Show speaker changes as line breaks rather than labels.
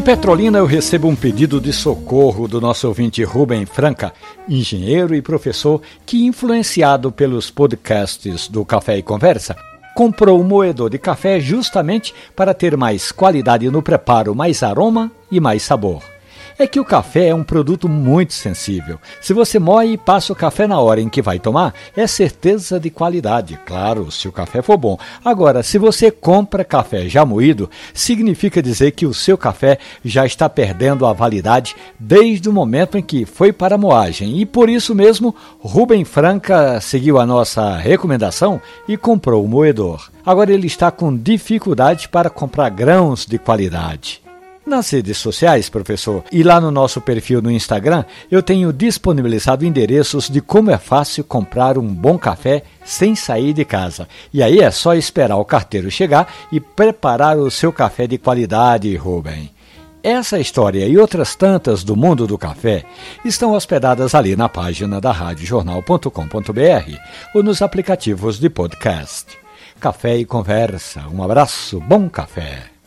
Petrolina, eu recebo um pedido de socorro do nosso ouvinte Rubem Franca, engenheiro e professor que, influenciado pelos podcasts do Café e Conversa, comprou um moedor de café justamente para ter mais qualidade no preparo, mais aroma e mais sabor. É que o café é um produto muito sensível. Se você moe e passa o café na hora em que vai tomar, é certeza de qualidade, claro, se o café for bom. Agora, se você compra café já moído, significa dizer que o seu café já está perdendo a validade desde o momento em que foi para a moagem. E por isso mesmo, Rubem Franca seguiu a nossa recomendação e comprou o moedor. Agora ele está com dificuldade para comprar grãos de qualidade. Nas redes sociais, professor, e lá no nosso perfil no Instagram, eu tenho disponibilizado endereços de como é fácil comprar um bom café sem sair de casa. E aí é só esperar o carteiro chegar e preparar o seu café de qualidade, Rubem. Essa história e outras tantas do mundo do café estão hospedadas ali na página da radiojornal.com.br ou nos aplicativos de podcast. Café e Conversa. Um abraço, bom café.